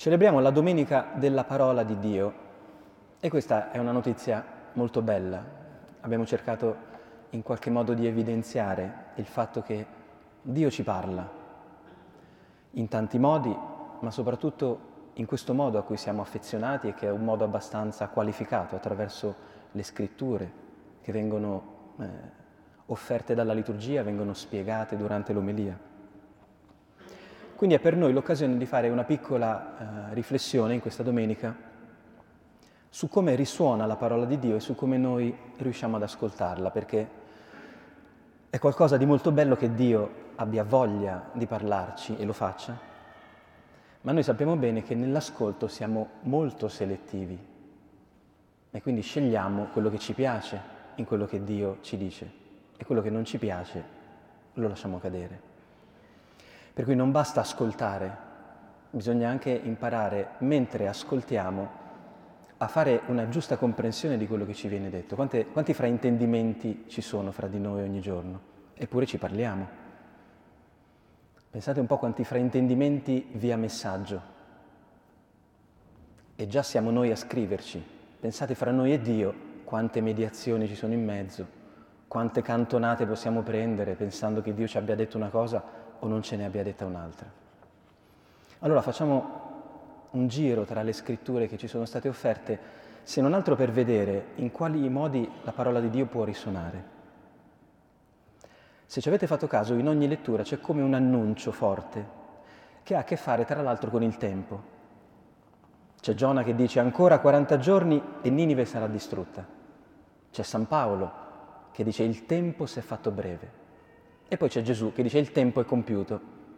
Celebriamo la Domenica della Parola di Dio e questa è una notizia molto bella. Abbiamo cercato in qualche modo di evidenziare il fatto che Dio ci parla in tanti modi, ma soprattutto in questo modo a cui siamo affezionati e che è un modo abbastanza qualificato attraverso le scritture che vengono offerte dalla liturgia, vengono spiegate durante l'omelia. Quindi è per noi l'occasione di fare una piccola riflessione in questa domenica su come risuona la parola di Dio e su come noi riusciamo ad ascoltarla, perché è qualcosa di molto bello che Dio abbia voglia di parlarci e lo faccia, ma noi sappiamo bene che nell'ascolto siamo molto selettivi e quindi scegliamo quello che ci piace in quello che Dio ci dice e quello che non ci piace lo lasciamo cadere. Per cui non basta ascoltare, bisogna anche imparare, mentre ascoltiamo, a fare una giusta comprensione di quello che ci viene detto. Quanti fraintendimenti ci sono fra di noi ogni giorno? Eppure ci parliamo. Pensate un po' quanti fraintendimenti via messaggio. E già siamo noi a scriverci. Pensate fra noi e Dio quante mediazioni ci sono in mezzo, quante cantonate possiamo prendere pensando che Dio ci abbia detto una cosa o non ce ne abbia detta un'altra. Allora facciamo un giro tra le scritture che ci sono state offerte, se non altro per vedere in quali modi la parola di Dio può risuonare. Se ci avete fatto caso, in ogni lettura c'è come un annuncio forte che ha a che fare tra l'altro con il tempo. C'è Giona che dice ancora 40 giorni e Ninive sarà distrutta. C'è San Paolo che dice il tempo si è fatto breve. E poi c'è Gesù che dice il tempo è compiuto.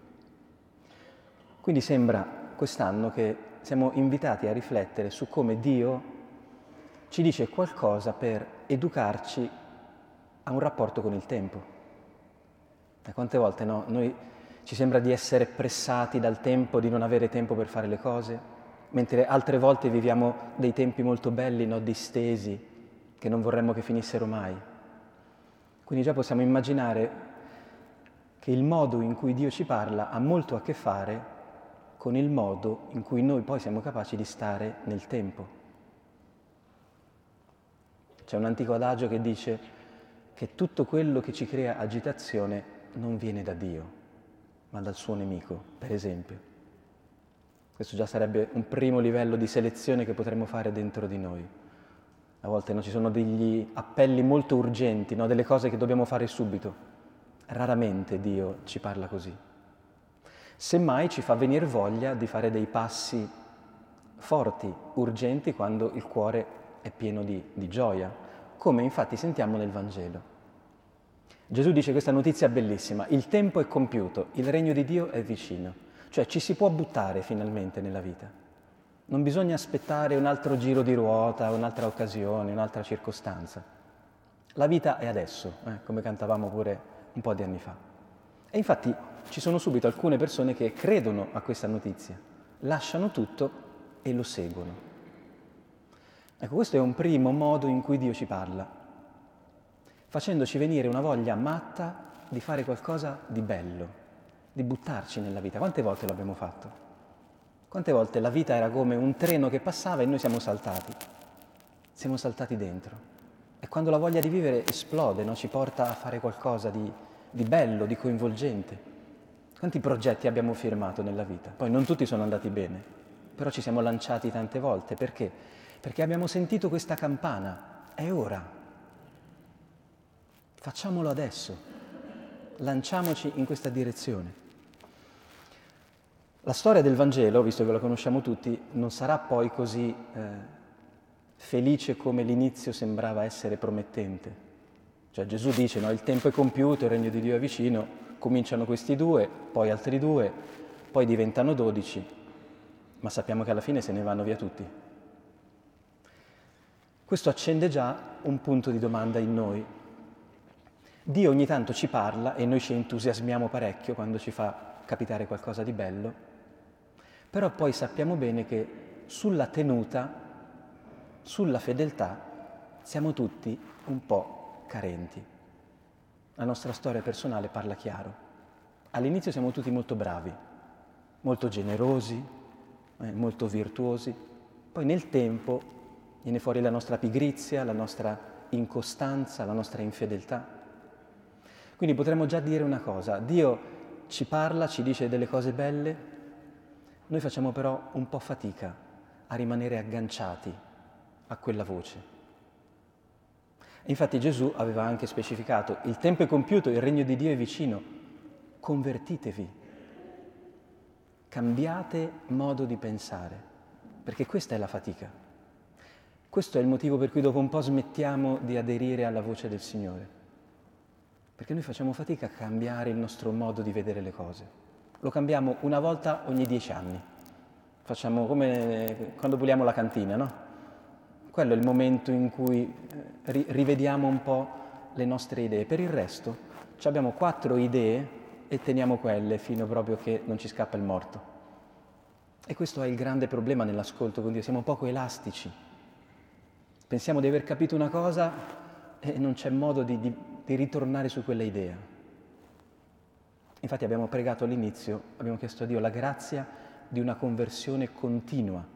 Quindi sembra quest'anno che siamo invitati a riflettere su come Dio ci dice qualcosa per educarci a un rapporto con il tempo. E quante volte no? Noi ci sembra di essere pressati dal tempo, di non avere tempo per fare le cose, mentre altre volte viviamo dei tempi molto belli, no? Distesi, che non vorremmo che finissero mai. Quindi già possiamo immaginare che il modo in cui Dio ci parla ha molto a che fare con il modo in cui noi poi siamo capaci di stare nel tempo. C'è un antico adagio che dice che tutto quello che ci crea agitazione non viene da Dio, ma dal suo nemico, per esempio. Questo già sarebbe un primo livello di selezione che potremmo fare dentro di noi. A volte no, ci sono degli appelli molto urgenti, no, delle cose che dobbiamo fare subito. Raramente Dio ci parla così. Semmai ci fa venire voglia di fare dei passi forti, urgenti, quando il cuore è pieno di gioia, come infatti sentiamo nel Vangelo. Gesù dice questa notizia bellissima: il tempo è compiuto, il regno di Dio è vicino. Cioè ci si può buttare finalmente nella vita. Non bisogna aspettare un altro giro di ruota, un'altra occasione, un'altra circostanza. La vita è adesso, come cantavamo pure un po' di anni fa. E infatti ci sono subito alcune persone che credono a questa notizia, lasciano tutto e lo seguono. Ecco, questo è un primo modo in cui Dio ci parla, facendoci venire una voglia matta di fare qualcosa di bello, di buttarci nella vita. Quante volte l'abbiamo fatto? Quante volte la vita era come un treno che passava e noi siamo saltati dentro. E quando la voglia di vivere esplode, no? Ci porta a fare qualcosa di bello, di coinvolgente. Quanti progetti abbiamo firmato nella vita? Poi non tutti sono andati bene, però ci siamo lanciati tante volte. Perché? Perché abbiamo sentito questa campana. È ora. Facciamolo adesso. Lanciamoci in questa direzione. La storia del Vangelo, visto che la conosciamo tutti, non sarà poi così felice come l'inizio sembrava essere promettente. Cioè Gesù dice, no, il tempo è compiuto, il regno di Dio è vicino, cominciano questi 2, poi altri 2, poi diventano 12, ma sappiamo che alla fine se ne vanno via tutti. Questo accende già un punto di domanda in noi. Dio ogni tanto ci parla e noi ci entusiasmiamo parecchio quando ci fa capitare qualcosa di bello, però poi sappiamo bene che sulla tenuta, sulla fedeltà, siamo tutti un po' carenti. La nostra storia personale parla chiaro. All'inizio siamo tutti molto bravi, molto generosi, molto virtuosi, poi nel tempo viene fuori la nostra pigrizia, la nostra incostanza, la nostra infedeltà. Quindi potremmo già dire una cosa: Dio ci parla, ci dice delle cose belle, noi facciamo però un po' fatica a rimanere agganciati a quella voce. Infatti Gesù aveva anche specificato: il tempo è compiuto, il regno di Dio è vicino, convertitevi, cambiate modo di pensare, perché questa è la fatica. Questo è il motivo per cui dopo un po' smettiamo di aderire alla voce del Signore, perché noi facciamo fatica a cambiare il nostro modo di vedere le cose. Lo cambiamo una volta ogni 10 anni, facciamo come quando puliamo la cantina, no? Quello è il momento in cui rivediamo un po' le nostre idee. Per il resto abbiamo 4 idee e teniamo quelle fino proprio che non ci scappa il morto. E questo è il grande problema nell'ascolto con Dio, siamo poco elastici. Pensiamo di aver capito una cosa e non c'è modo di ritornare su quella idea. Infatti abbiamo pregato all'inizio, abbiamo chiesto a Dio la grazia di una conversione continua.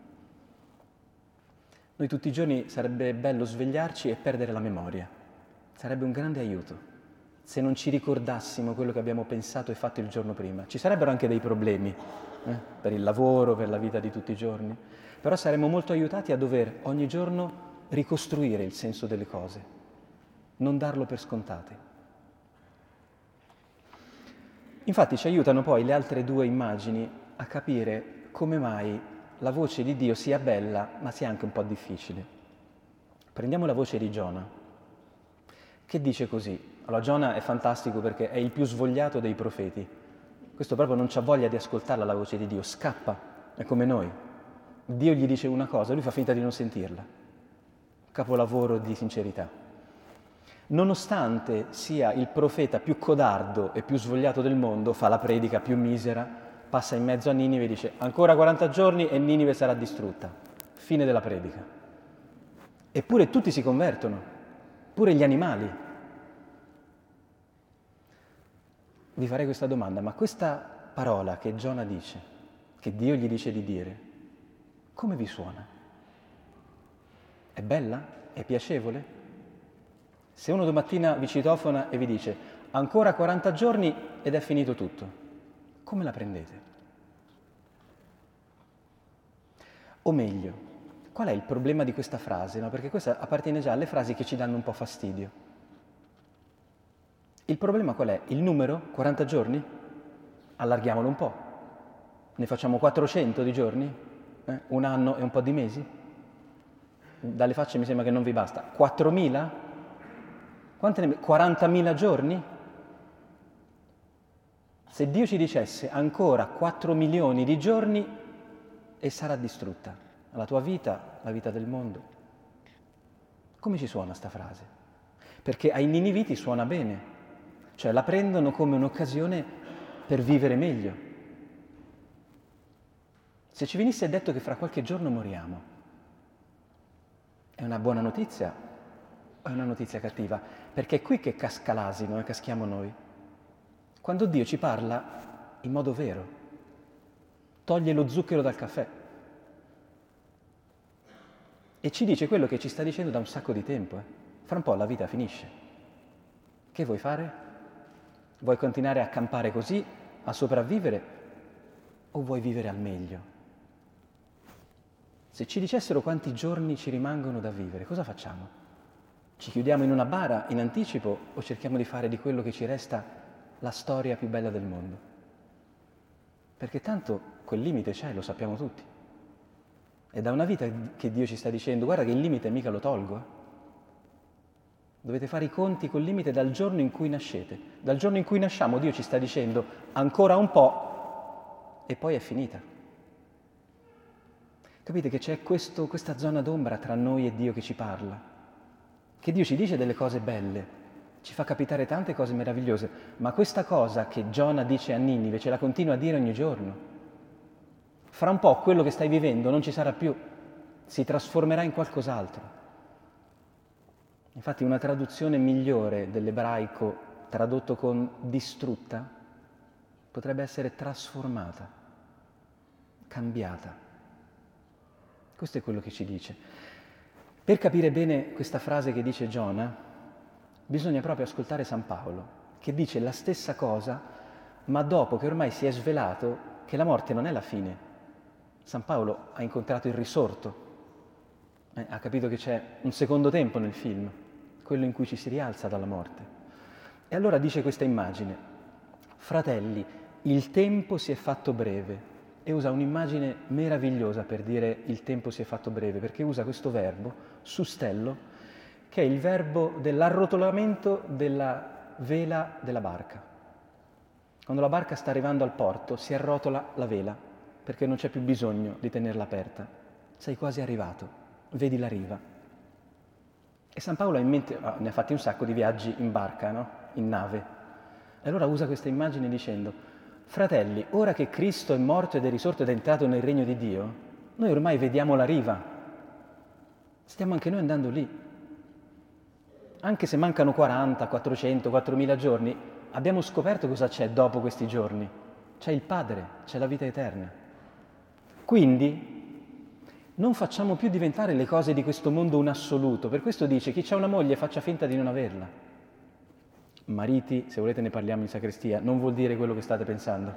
Noi tutti i giorni sarebbe bello svegliarci e perdere la memoria. Sarebbe un grande aiuto se non ci ricordassimo quello che abbiamo pensato e fatto il giorno prima. Ci sarebbero anche dei problemi per il lavoro, per la vita di tutti i giorni, però saremmo molto aiutati a dover ogni giorno ricostruire il senso delle cose, non darlo per scontate. Infatti ci aiutano poi le altre 2 immagini a capire come mai la voce di Dio sia bella, ma sia anche un po' difficile. Prendiamo la voce di Giona, che dice così. Allora, Giona è fantastico perché è il più svogliato dei profeti. Questo proprio non c'ha voglia di ascoltarla la voce di Dio, scappa, è come noi. Dio gli dice una cosa, lui fa finta di non sentirla. Capolavoro di sincerità. Nonostante sia il profeta più codardo e più svogliato del mondo, fa la predica più misera, passa in mezzo a Ninive e dice: ancora 40 giorni e Ninive sarà distrutta. Fine della predica. Eppure tutti si convertono, pure gli animali. Vi farei questa domanda: ma questa parola che Giona dice, che Dio gli dice di dire, come vi suona? È bella? È piacevole? Se uno domattina vi citofona e vi dice: ancora 40 giorni ed è finito tutto, come la prendete? O meglio, qual è il problema di questa frase? No? Perché questa appartiene già alle frasi che ci danno un po' fastidio. Il problema qual è? Il numero? 40 giorni? Allarghiamolo un po'. Ne facciamo 400 di giorni? Un anno e un po' di mesi? Dalle facce mi sembra che non vi basta. 4.000? Quante ne... 40.000 giorni? Se Dio ci dicesse ancora 4 milioni di giorni e sarà distrutta la tua vita, la vita del mondo. Come ci suona sta frase? Perché ai niniviti suona bene, cioè la prendono come un'occasione per vivere meglio. Se ci venisse detto che fra qualche giorno moriamo, è una buona notizia o è una notizia cattiva? Perché è qui che casca l'asino e caschiamo noi. Quando Dio ci parla in modo vero, toglie lo zucchero dal caffè e ci dice quello che ci sta dicendo da un sacco di tempo. Fra un po' la vita finisce. Che vuoi fare? Vuoi continuare a campare così, a sopravvivere, o vuoi vivere al meglio? Se ci dicessero quanti giorni ci rimangono da vivere, cosa facciamo? Ci chiudiamo in una bara in anticipo o cerchiamo di fare di quello che ci resta la storia più bella del mondo? Perché tanto quel limite c'è, lo sappiamo tutti. È da una vita che Dio ci sta dicendo: guarda che il limite mica lo tolgo. Dovete fare i conti col limite dal giorno in cui nascete. Dal giorno in cui nasciamo Dio ci sta dicendo ancora un po' e poi è finita. Capite che c'è questa zona d'ombra tra noi e Dio che ci parla? Che Dio ci dice delle cose belle, ci fa capitare tante cose meravigliose, ma questa cosa che Giona dice a Ninive ce la continua a dire ogni giorno. Fra un po' quello che stai vivendo non ci sarà più, si trasformerà in qualcos'altro. Infatti una traduzione migliore dell'ebraico, tradotto con distrutta, potrebbe essere trasformata, cambiata. Questo è quello che ci dice. Per capire bene questa frase che dice Giona, bisogna proprio ascoltare San Paolo, che dice la stessa cosa, ma dopo che ormai si è svelato che la morte non è la fine. San Paolo ha incontrato il risorto, ha capito che c'è un secondo tempo nel film, quello in cui ci si rialza dalla morte. E allora dice questa immagine: fratelli, il tempo si è fatto breve. E usa un'immagine meravigliosa per dire il tempo si è fatto breve, perché usa questo verbo, sustello, che è il verbo dell'arrotolamento della vela della barca. Quando la barca sta arrivando al porto, si arrotola la vela, perché non c'è più bisogno di tenerla aperta. Sei quasi arrivato, vedi la riva. E San Paolo ha in mente, ne ha fatti un sacco di viaggi in barca, no? In nave. E allora usa questa immagine dicendo: fratelli, ora che Cristo è morto ed è risorto ed è entrato nel regno di Dio, noi ormai vediamo la riva. Stiamo anche noi andando lì. Anche se mancano 40, 400, 4000 giorni, abbiamo scoperto cosa c'è dopo questi giorni. C'è il Padre, c'è la vita eterna. Quindi non facciamo più diventare le cose di questo mondo un assoluto. Per questo dice: chi ha una moglie faccia finta di non averla. Mariti, se volete ne parliamo in sacrestia, non vuol dire quello che state pensando.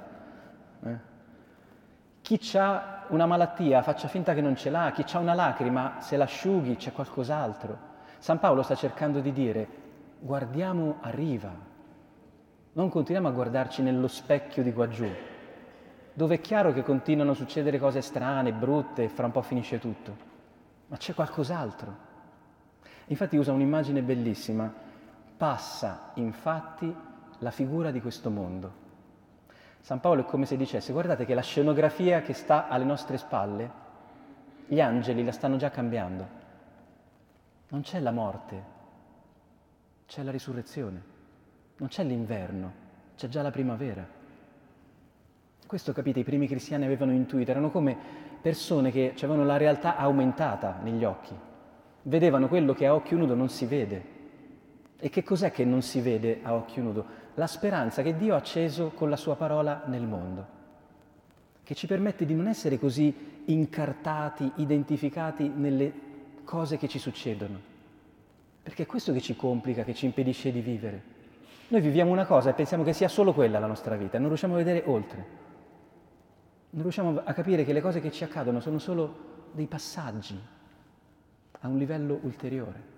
Chi ha una malattia faccia finta che non ce l'ha, chi ha una lacrima se l'asciughi, c'è qualcos'altro. San Paolo sta cercando di dire: guardiamo a riva, non continuiamo a guardarci nello specchio di qua giù, dove è chiaro che continuano a succedere cose strane, brutte e fra un po' finisce tutto, ma c'è qualcos'altro. Infatti usa un'immagine bellissima: passa infatti la figura di questo mondo. San Paolo è come se dicesse: guardate che la scenografia che sta alle nostre spalle, gli angeli la stanno già cambiando. Non c'è la morte, c'è la risurrezione. Non c'è l'inverno, c'è già la primavera. Questo, capite, i primi cristiani avevano intuito, erano come persone che avevano la realtà aumentata negli occhi. Vedevano quello che a occhio nudo non si vede. E che cos'è che non si vede a occhio nudo? La speranza che Dio ha acceso con la sua parola nel mondo, che ci permette di non essere così incartati, identificati nelle cose che ci succedono, perché è questo che ci complica, che ci impedisce di vivere. Noi viviamo una cosa e pensiamo che sia solo quella la nostra vita, non riusciamo a vedere oltre, non riusciamo a capire che le cose che ci accadono sono solo dei passaggi a un livello ulteriore.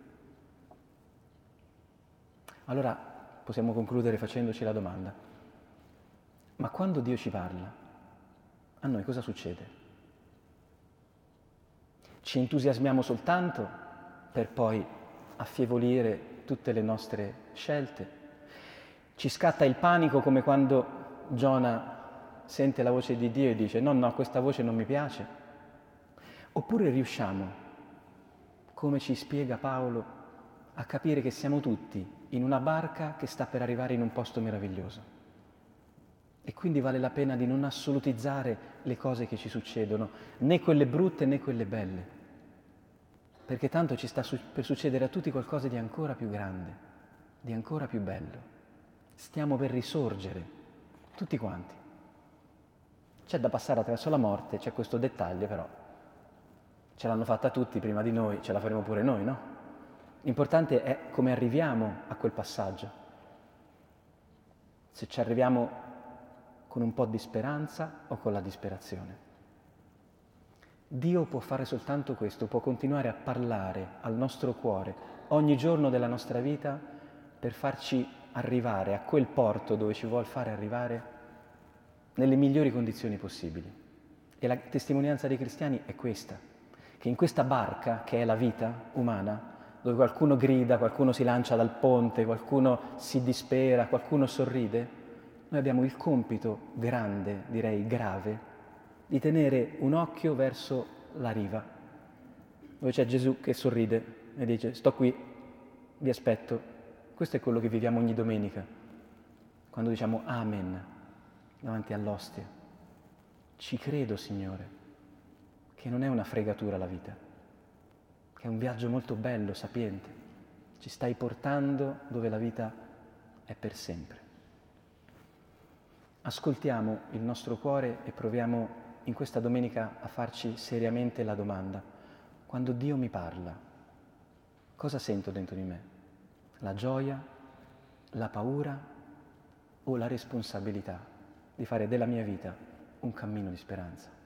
Allora possiamo concludere facendoci la domanda: ma quando Dio ci parla, a noi cosa succede? Ci entusiasmiamo soltanto per poi affievolire tutte le nostre scelte? Ci scatta il panico come quando Giona sente la voce di Dio e dice: no, questa voce non mi piace? Oppure riusciamo, come ci spiega Paolo, a capire che siamo tutti in una barca che sta per arrivare in un posto meraviglioso. E quindi vale la pena di non assolutizzare le cose che ci succedono, né quelle brutte né quelle belle, perché tanto ci sta per succedere a tutti qualcosa di ancora più grande, di ancora più bello. Stiamo per risorgere, tutti quanti. C'è da passare attraverso la morte, c'è questo dettaglio però. Ce l'hanno fatta tutti prima di noi, ce la faremo pure noi, no? L'importante è come arriviamo a quel passaggio. Se ci arriviamo con un po' di speranza o con la disperazione. Dio può fare soltanto questo, può continuare a parlare al nostro cuore ogni giorno della nostra vita per farci arrivare a quel porto dove ci vuol fare arrivare nelle migliori condizioni possibili. E la testimonianza dei cristiani è questa, che in questa barca, che è la vita umana, dove qualcuno grida, qualcuno si lancia dal ponte, qualcuno si dispera, qualcuno sorride, noi abbiamo il compito grande, direi grave, di tenere un occhio verso la riva, dove c'è Gesù che sorride e dice: sto qui, vi aspetto. Questo è quello che viviamo ogni domenica, quando diciamo Amen davanti all'ostia. Ci credo, Signore, che non è una fregatura la vita, che è un viaggio molto bello, sapiente. Ci stai portando dove la vita è per sempre. Ascoltiamo il nostro cuore e proviamo in questa domenica a farci seriamente la domanda: quando Dio mi parla, cosa sento dentro di me? La gioia, la paura o la responsabilità di fare della mia vita un cammino di speranza?